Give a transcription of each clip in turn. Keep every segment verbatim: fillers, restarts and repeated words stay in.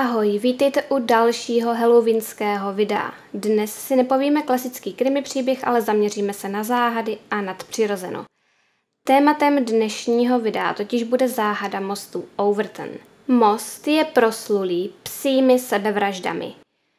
Ahoj, vítejte u dalšího halloweenského videa. Dnes si nepovíme klasický krimi příběh, ale zaměříme se na záhady a nadpřirozeno. Tématem dnešního videa totiž bude záhada mostu Overton. Most je proslulý psími sebevraždami.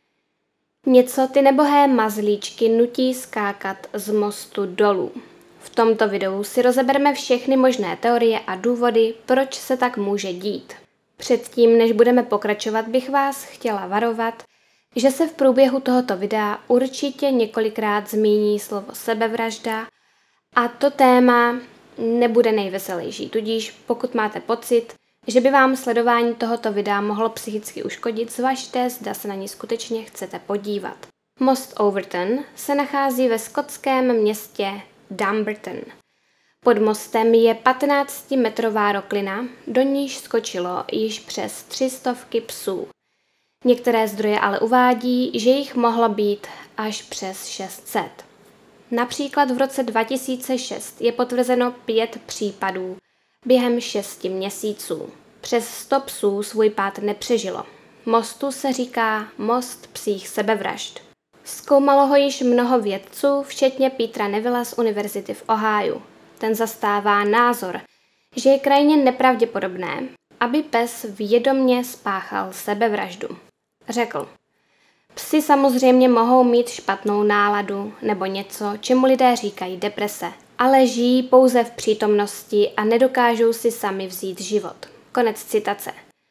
Něco ty nebohé mazlíčky nutí skákat z mostu dolů. V tomto videu si rozebereme všechny možné teorie a důvody, proč se tak může dít. Předtím, než budeme pokračovat, bych vás chtěla varovat, že se v průběhu tohoto videa určitě několikrát zmíní slovo sebevražda a to téma nebude nejveselější, tudíž pokud máte pocit, že by vám sledování tohoto videa mohlo psychicky uškodit, zvažte, zda se na ní skutečně chcete podívat. Most Overton se nachází ve skotském městě Dumbarton. Pod mostem je patnáctimetrová roklina, do níž skočilo již přes tři stovky psů. Některé zdroje ale uvádí, že jich mohlo být až přes šest set. Například v roce dva tisíce šest je potvrzeno pět případů během šesti měsíců. Přes sto psů svůj pád nepřežilo. Mostu se říká most psích sebevražd. Zkoumalo ho již mnoho vědců, včetně Petera Nevilla z Univerzity v Ohiu. Ten zastává názor, že je krajně nepravděpodobné, aby pes vědomně spáchal sebevraždu. Řekl, psi samozřejmě mohou mít špatnou náladu nebo něco, čemu lidé říkají deprese, ale žijí pouze v přítomnosti a nedokážou si sami vzít život. Konec citace.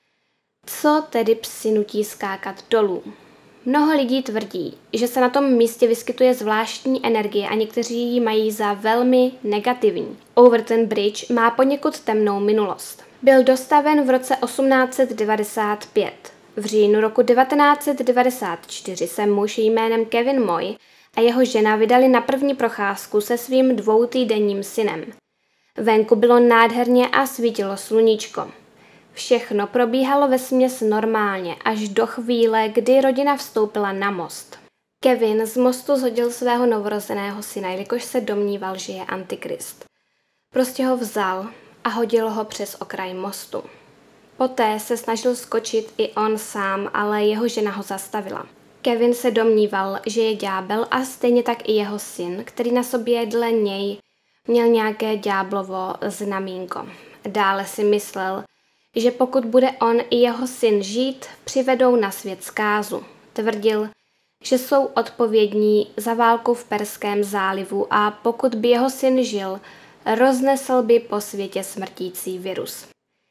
Co tedy psy nutí skákat dolů? Mnoho lidí tvrdí, že se na tom místě vyskytuje zvláštní energie a někteří ji mají za velmi negativní. Overton Bridge má poněkud temnou minulost. Byl dostaven v roce osmnáct set devadesát pět. V říjnu roku devatenáct set devadesát čtyři se muž jménem Kevin Moy a jeho žena vydali na první procházku se svým dvoutýdenním synem. Venku bylo nádherně a svítilo sluníčko. Všechno probíhalo vesměs normálně až do chvíle, kdy rodina vstoupila na most. Kevin z mostu zhodil svého novorozeného syna, jelikož se domníval, že je antikrist. Prostě ho vzal a hodil ho přes okraj mostu. Poté se snažil skočit i on sám, ale jeho žena ho zastavila. Kevin se domníval, že je ďábel a stejně tak i jeho syn, který na sobě dle něj měl nějaké ďáblovo znamínko. Dále si myslel, že pokud bude on i jeho syn žít, přivedou na svět zkázu. Tvrdil, že jsou odpovědní za válku v Perském zálivu a pokud by jeho syn žil, roznesl by po světě smrtící virus.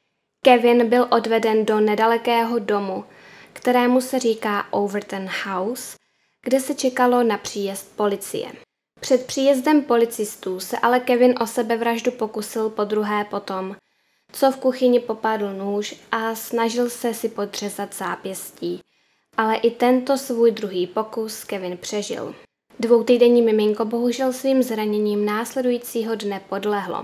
Kevin byl odveden do nedalekého domu, kterému se říká Overton House, kde se čekalo na příjezd policie. Před příjezdem policistů se ale Kevin o sebevraždu pokusil podruhé potom, co v kuchyni popadl nůž a snažil se si podřezat zápěstí. Ale i tento svůj druhý pokus Kevin přežil. Dvoutýdenní miminko bohužel svým zraněním následujícího dne podlehlo.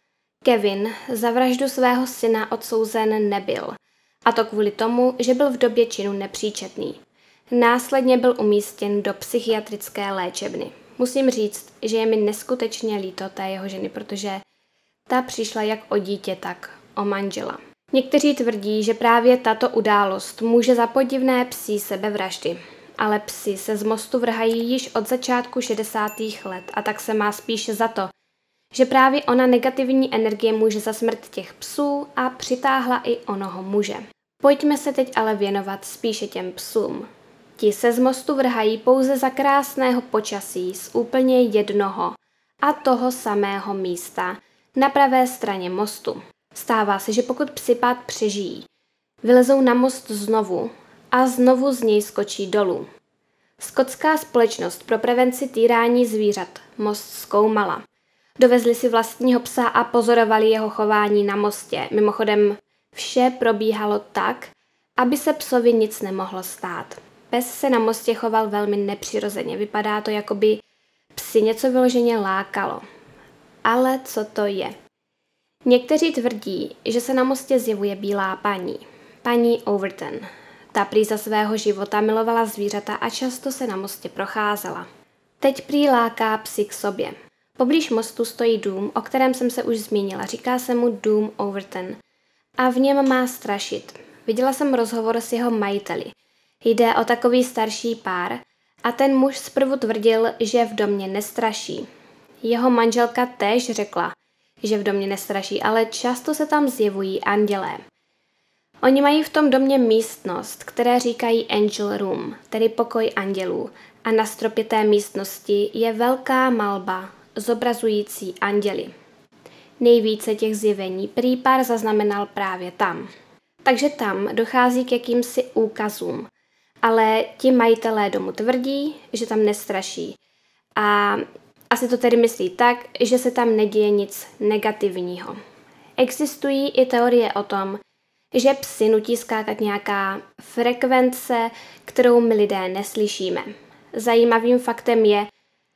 Kevin za vraždu svého syna odsouzen nebyl, a to kvůli tomu, že byl v době činu nepříčetný. Následně byl umístěn do psychiatrické léčebny. Musím říct, že je mi neskutečně líto té jeho ženy, protože ta přišla jak o dítě, tak o manžela. Někteří tvrdí, že právě tato událost může za podivné psí sebevraždy, ale psi se z mostu vrhají již od začátku šedesátých let a tak se má spíše za to, že právě ona negativní energie může za smrt těch psů a přitáhla i onoho muže. Pojďme se teď ale věnovat spíše těm psům. Ti se z mostu vrhají pouze za krásného počasí z úplně jednoho a toho samého místa, na pravé straně mostu. Stává se, že pokud psi pád přežijí, vylezou na most znovu a znovu z něj skočí dolů. Skotská společnost pro prevenci týrání zvířat most zkoumala. Dovezli si vlastního psa a pozorovali jeho chování na mostě. Mimochodem, vše probíhalo tak, aby se psovi nic nemohlo stát. Pes se na mostě choval velmi nepřirozeně. Vypadá to, jako by psi něco vyloženě lákalo. Ale co to je? Někteří tvrdí, že se na mostě zjevuje bílá paní. Paní Overton. Ta prý za svého života milovala zvířata a často se na mostě procházela. Teď prý láká psy k sobě. Poblíž mostu stojí dům, o kterém jsem se už zmínila. Říká se mu dům Overton. A v něm má strašit. Viděla jsem rozhovor s jeho majiteli. Jde o takový starší pár a ten muž zprvu tvrdil, že v domě nestraší. Jeho manželka též řekla, že v domě nestraší, ale často se tam zjevují andělé. Oni mají v tom domě místnost, které říkají Angel Room, tedy pokoj andělů, a na stropě té místnosti je velká malba zobrazující anděly. Nejvíce těch zjevení prý pár zaznamenal právě tam. Takže tam dochází k jakýmsi úkazům, ale ti majitelé domu tvrdí, že tam nestraší. A asi to tedy myslí tak, že se tam neděje nic negativního. Existují i teorie o tom, že psy nutí skákat nějaká frekvence, kterou my lidé neslyšíme. Zajímavým faktem je,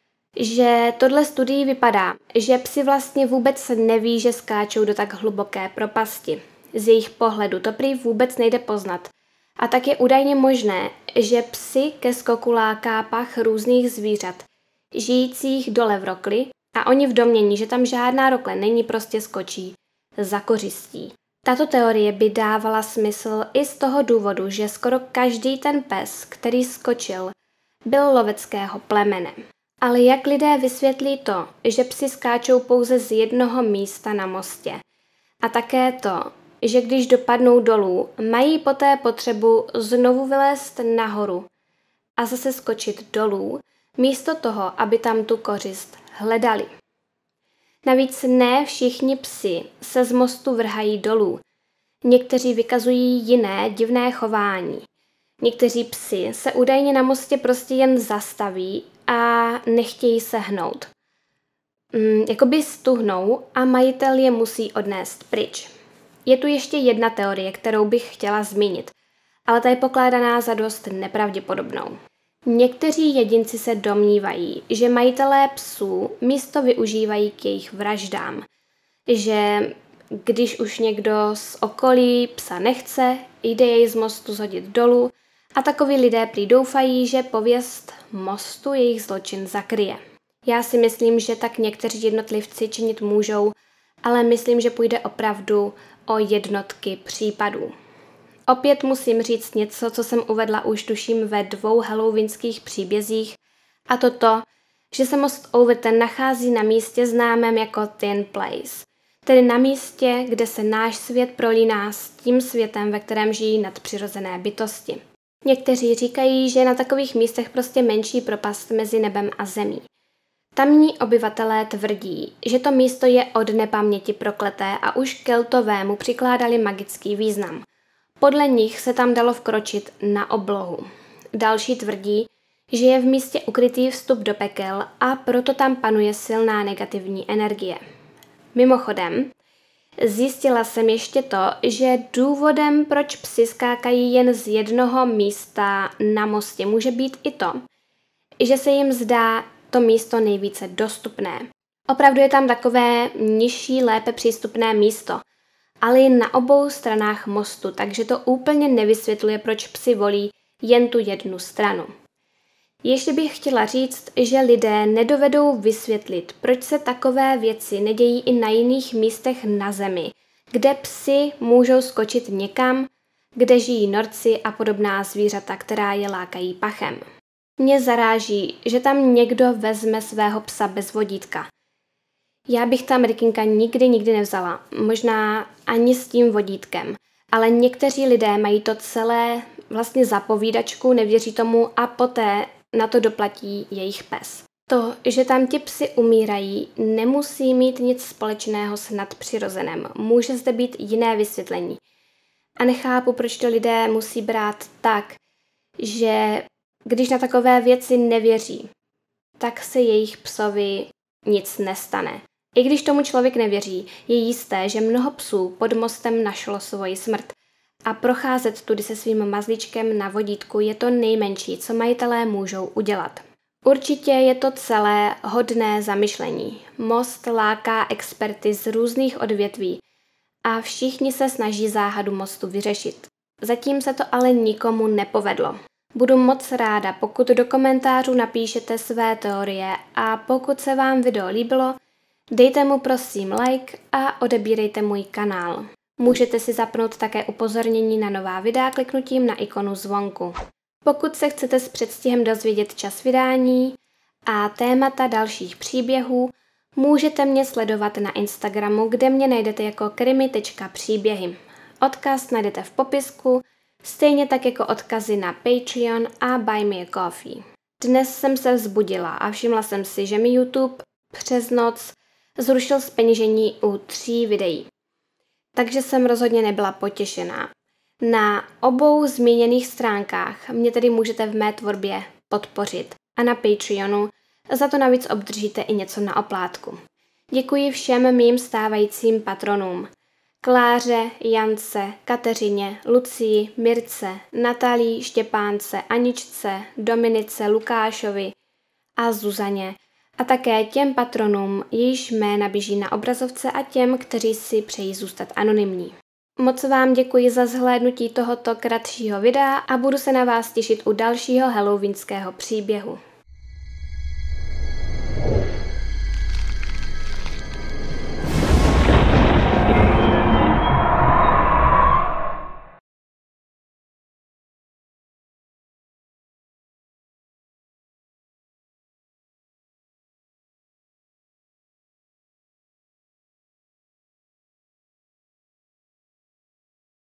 že tohle studií vypadá, že psi vlastně vůbec neví, že skáčou do tak hluboké propasti. Z jejich pohledu to prý vůbec nejde poznat. A tak je údajně možné, že psi ke skoku láká pach různých zvířat, žijících dole v rokli, a oni v domnění, že tam žádná rokle není, prostě skočí za kořistí. Tato teorie by dávala smysl i z toho důvodu, že skoro každý ten pes, který skočil, byl loveckého plemene. Ale jak lidé vysvětlí to, že psi skáčou pouze z jednoho místa na mostě? A také to, že když dopadnou dolů, mají poté potřebu znovu vylézt nahoru a zase skočit dolů, místo toho, aby tam tu kořist hledali. Navíc ne všichni psi se z mostu vrhají dolů. Někteří vykazují jiné divné chování. Někteří psi se údajně na mostě prostě jen zastaví a nechtějí se hnout. Mm, jakoby stuhnou a majitel je musí odnést pryč. Je tu ještě jedna teorie, kterou bych chtěla zmínit, ale ta je pokládaná za dost nepravděpodobnou. Někteří jedinci se domnívají, že majitelé psů místo využívají k jejich vraždám. Že když už někdo z okolí psa nechce, jde jej z mostu zhodit dolů a takoví lidé prý doufají, že pověst mostu jejich zločin zakryje. Já si myslím, že tak někteří jednotlivci činit můžou, ale myslím, že půjde opravdu o jednotky případů. Opět musím říct něco, co jsem uvedla už tuším ve dvou halloweenských příbězích, a to to, že se most Overton nachází na místě známém jako Thin Place, tedy na místě, kde se náš svět prolíná s tím světem, ve kterém žijí nadpřirozené bytosti. Někteří říkají, že je na takových místech prostě menší propast mezi nebem a zemí. Tamní obyvatelé tvrdí, že to místo je od nepaměti prokleté a už Keltové mu přikládali magický význam. Podle nich se tam dalo vkročit na oblohu. Další tvrdí, že je v místě ukrytý vstup do pekel a proto tam panuje silná negativní energie. Mimochodem, zjistila jsem ještě to, že důvodem, proč psi skákají jen z jednoho místa na mostě, může být i to, že se jim zdá to místo nejvíce dostupné. Opravdu je tam takové nižší, lépe přístupné místo, ale jen na obou stranách mostu, takže to úplně nevysvětluje, proč psi volí jen tu jednu stranu. Ještě bych chtěla říct, že lidé nedovedou vysvětlit, proč se takové věci nedějí i na jiných místech na zemi, kde psi můžou skočit někam, kde žijí norci a podobná zvířata, která je lákají pachem. Mě zaráží, že tam někdo vezme svého psa bez vodítka. Já bych tam Rikinka nikdy, nikdy nevzala, možná ani s tím vodítkem, ale někteří lidé mají to celé vlastně za povídačku, nevěří tomu a poté na to doplatí jejich pes. To, že tam ti psi umírají, nemusí mít nic společného s nadpřirozeným. Může zde být jiné vysvětlení. A nechápu, proč to lidé musí brát tak, že když na takové věci nevěří, tak se jejich psovi nic nestane. I když tomu člověk nevěří, je jisté, že mnoho psů pod mostem našlo svoji smrt. A procházet tudy se svým mazlíčkem na vodítku je to nejmenší, co majitelé můžou udělat. Určitě je to celé hodné zamyšlení. Most láká experty z různých odvětví a všichni se snaží záhadu mostu vyřešit. Zatím se to ale nikomu nepovedlo. Budu moc ráda, pokud do komentářů napíšete své teorie a pokud se vám video líbilo, dejte mu prosím like a odebírejte můj kanál. Můžete si zapnout také upozornění na nová videa kliknutím na ikonu zvonku. Pokud se chcete s předstihem dozvědět čas vydání a témata dalších příběhů, můžete mě sledovat na Instagramu, kde mě najdete jako krimi tečka příběhy. Odkaz najdete v popisku, stejně tak jako odkazy na Patreon a Buy Me a Coffee. Dnes jsem se vzbudila a všimla jsem si, že mi YouTube přes noc zrušil zpeněžení u tří videí. Takže jsem rozhodně nebyla potěšená. Na obou zmíněných stránkách mě tedy můžete v mé tvorbě podpořit a na Patreonu za to navíc obdržíte i něco na oplátku. Děkuji všem mým stávajícím patronům. Kláře, Jance, Kateřině, Lucii, Mirce, Natálii, Štěpánce, Aničce, Dominice, Lukášovi a Zuzaně a také těm patronům, jejichž jména běží na obrazovce a těm, kteří si přejí zůstat anonymní. Moc vám děkuji za zhlédnutí tohoto kratšího videa a budu se na vás těšit u dalšího halloweenského příběhu.